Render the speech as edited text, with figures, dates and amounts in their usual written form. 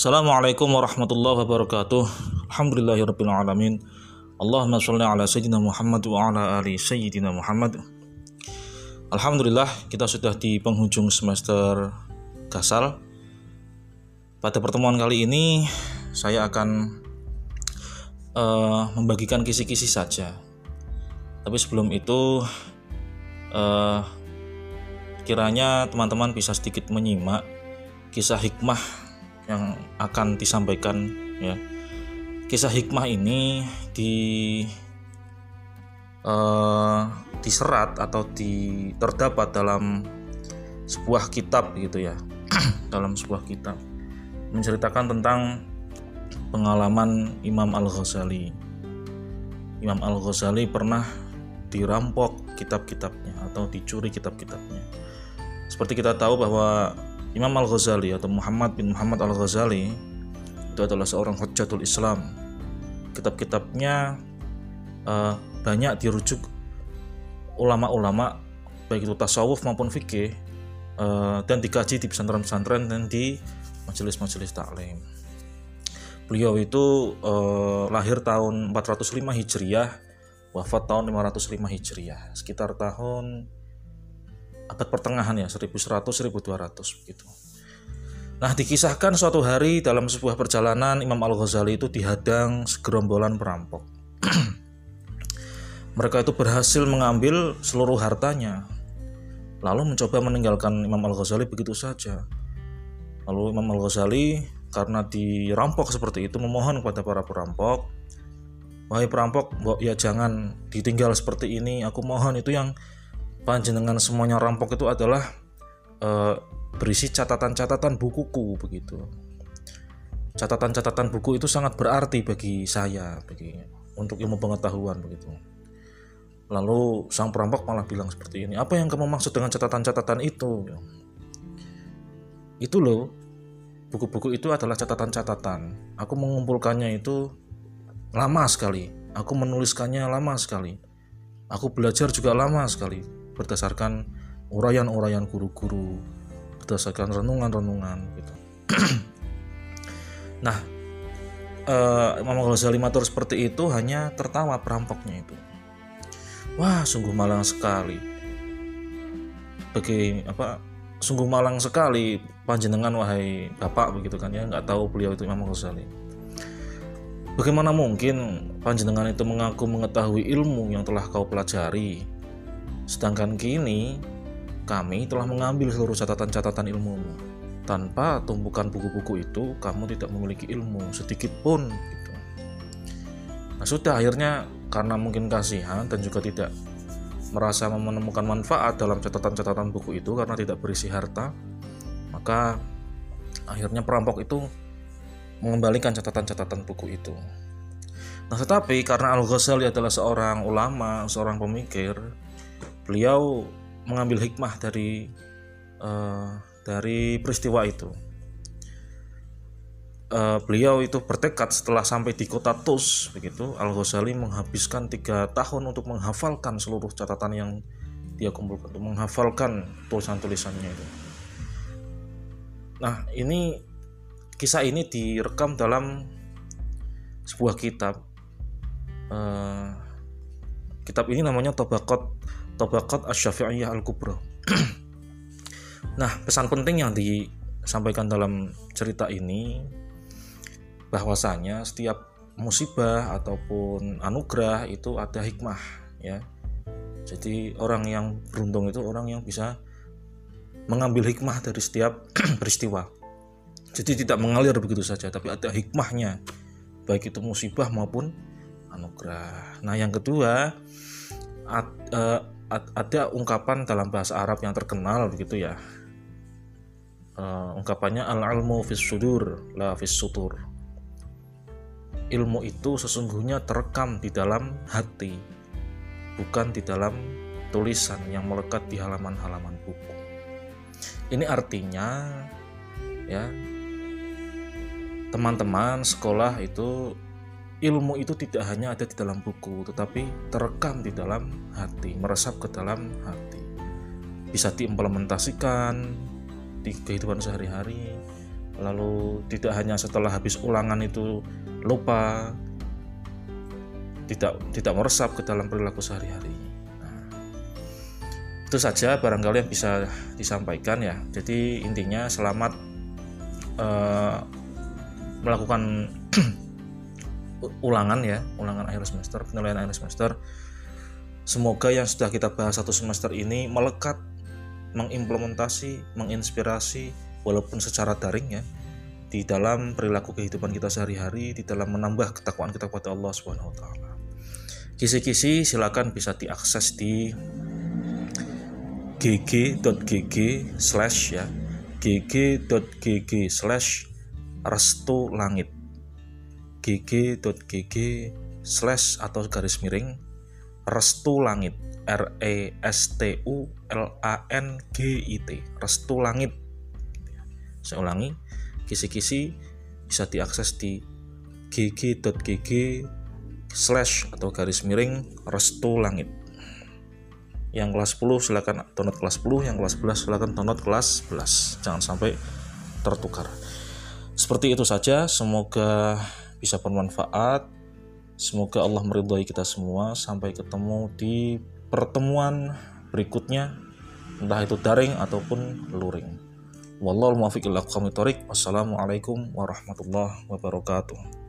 Assalamualaikum warahmatullahi wabarakatuh. Alhamdulillahirabbil alamin. Allahumma shalli ala sayyidina Muhammad wa ala ali sayyidina Muhammad. Alhamdulillah, kita sudah di penghujung semester Gasal. Pada pertemuan kali ini saya akan membagikan kisi-kisi saja. Tapi sebelum itu kiranya teman-teman bisa sedikit menyimak kisah hikmah yang akan disampaikan, ya. Kisah hikmah ini diserat atau terdapat dalam sebuah kitab gitu ya. Dalam sebuah kitab menceritakan tentang pengalaman Imam Al-Ghazali. Imam Al-Ghazali pernah dirampok kitab-kitabnya atau dicuri kitab-kitabnya. Seperti kita tahu bahwa Imam Al-Ghazali atau Muhammad bin Muhammad Al-Ghazali itu adalah seorang hujjatul Islam. Kitab-kitabnya banyak dirujuk ulama-ulama baik itu tasawuf maupun fikih, dan dikaji di pesantren-pesantren dan di majelis-majelis taklim. Beliau itu lahir tahun 405 Hijriah, wafat tahun 505 Hijriah, sekitar tahun abad pertengahan ya, 1100-1200 begitu. Nah, dikisahkan suatu hari dalam sebuah perjalanan Imam Al-Ghazali itu dihadang segerombolan perampok. Mereka itu berhasil mengambil seluruh hartanya, lalu mencoba meninggalkan Imam Al-Ghazali begitu saja. Lalu Imam Al-Ghazali karena dirampok seperti itu memohon kepada para perampok, "Wahai perampok, ya jangan ditinggal seperti ini. Aku mohon, itu yang panjenengan semuanya rampok itu adalah berisi catatan-catatan bukuku," begitu. Catatan-catatan buku itu sangat berarti bagi saya, untuk ilmu pengetahuan begitu. Lalu sang perampok malah bilang seperti ini, "Apa yang kamu maksud dengan catatan-catatan itu?" "Itu loh, buku-buku itu adalah catatan-catatan. Aku mengumpulkannya itu lama sekali. Aku menuliskannya lama sekali. Aku belajar juga lama sekali, berdasarkan uraian-uraian guru-guru, berdasarkan renungan-renungan gitu." Nah, Imam Ghazali matur seperti itu, hanya tertawa perampoknya itu. "Wah, sungguh malang sekali. Sungguh malang sekali panjenengan, wahai bapak," begitu kan ya, nggak tahu beliau itu Imam Ghazali. "Bagaimana mungkin panjenengan itu mengaku mengetahui ilmu yang telah kau pelajari, sedangkan kini kami telah mengambil seluruh catatan-catatan ilmumu. Tanpa tumpukan buku-buku itu, kamu tidak memiliki ilmu sedikit pun," gitu. Nah, sudah, akhirnya karena mungkin kasihan dan juga tidak merasa menemukan manfaat dalam catatan-catatan buku itu karena tidak berisi harta, maka akhirnya perampok itu mengembalikan catatan-catatan buku itu. Nah, tetapi karena Al-Ghazali adalah seorang ulama, seorang pemikir, beliau mengambil hikmah dari peristiwa itu. Beliau itu bertekad setelah sampai di kota Tus, begitu, Al-Ghazali menghabiskan 3 tahun untuk menghafalkan seluruh catatan yang dia kumpulkan, untuk menghafalkan tulisan-tulisannya itu. Nah, kisah ini direkam dalam sebuah kitab. Kitab ini namanya Tabaqat Asy-Syafi'iyah Al-Kubra. Nah, pesan penting yang disampaikan dalam cerita ini bahwasanya setiap musibah ataupun anugerah itu ada hikmah, ya. Jadi orang yang beruntung itu orang yang bisa mengambil hikmah dari setiap peristiwa. Jadi tidak mengalir begitu saja, tapi ada hikmahnya, baik itu musibah maupun anugerah. Nah, yang kedua, ada ungkapan dalam bahasa Arab yang terkenal begitu ya. Ungkapannya al-ilmu fis sudur la fis sutur. Ilmu itu sesungguhnya terekam di dalam hati, bukan di dalam tulisan yang melekat di halaman-halaman buku. Ini artinya, ya, teman-teman sekolah itu, ilmu itu tidak hanya ada di dalam buku, tetapi terekam di dalam hati, meresap ke dalam hati, bisa diimplementasikan di kehidupan sehari-hari, lalu tidak hanya setelah habis ulangan itu lupa, tidak meresap ke dalam perilaku sehari-hari. Itu saja barangkali yang bisa disampaikan ya. Jadi intinya selamat melakukan ulangan akhir semester, penilaian akhir semester. Semoga yang sudah kita bahas satu semester ini melekat, mengimplementasi, menginspirasi walaupun secara daring ya, di dalam perilaku kehidupan kita sehari-hari, di dalam menambah ketakwaan kita kepada Allah Subhanahu wa taala. Kisi-kisi silakan bisa diakses di gg.gg/ ya, gg.gg/restulangit, gg.gg/ atau garis miring Restulangit, RESTULANGIT, Restulangit. Saya ulangi, kisi-kisi bisa diakses di gg.gg/ atau garis miring Restulangit. Yang kelas 10 silakan download kelas 10, yang kelas 11 silakan download kelas 11. Jangan sampai tertukar. Seperti itu saja, semoga bisa bermanfaat. Semoga Allah meridhai kita semua. Sampai ketemu di pertemuan berikutnya, entah itu daring ataupun luring. Wallahul muwaffiq ila aqwamit thoriq. Wassalamualaikum warahmatullahi wabarakatuh.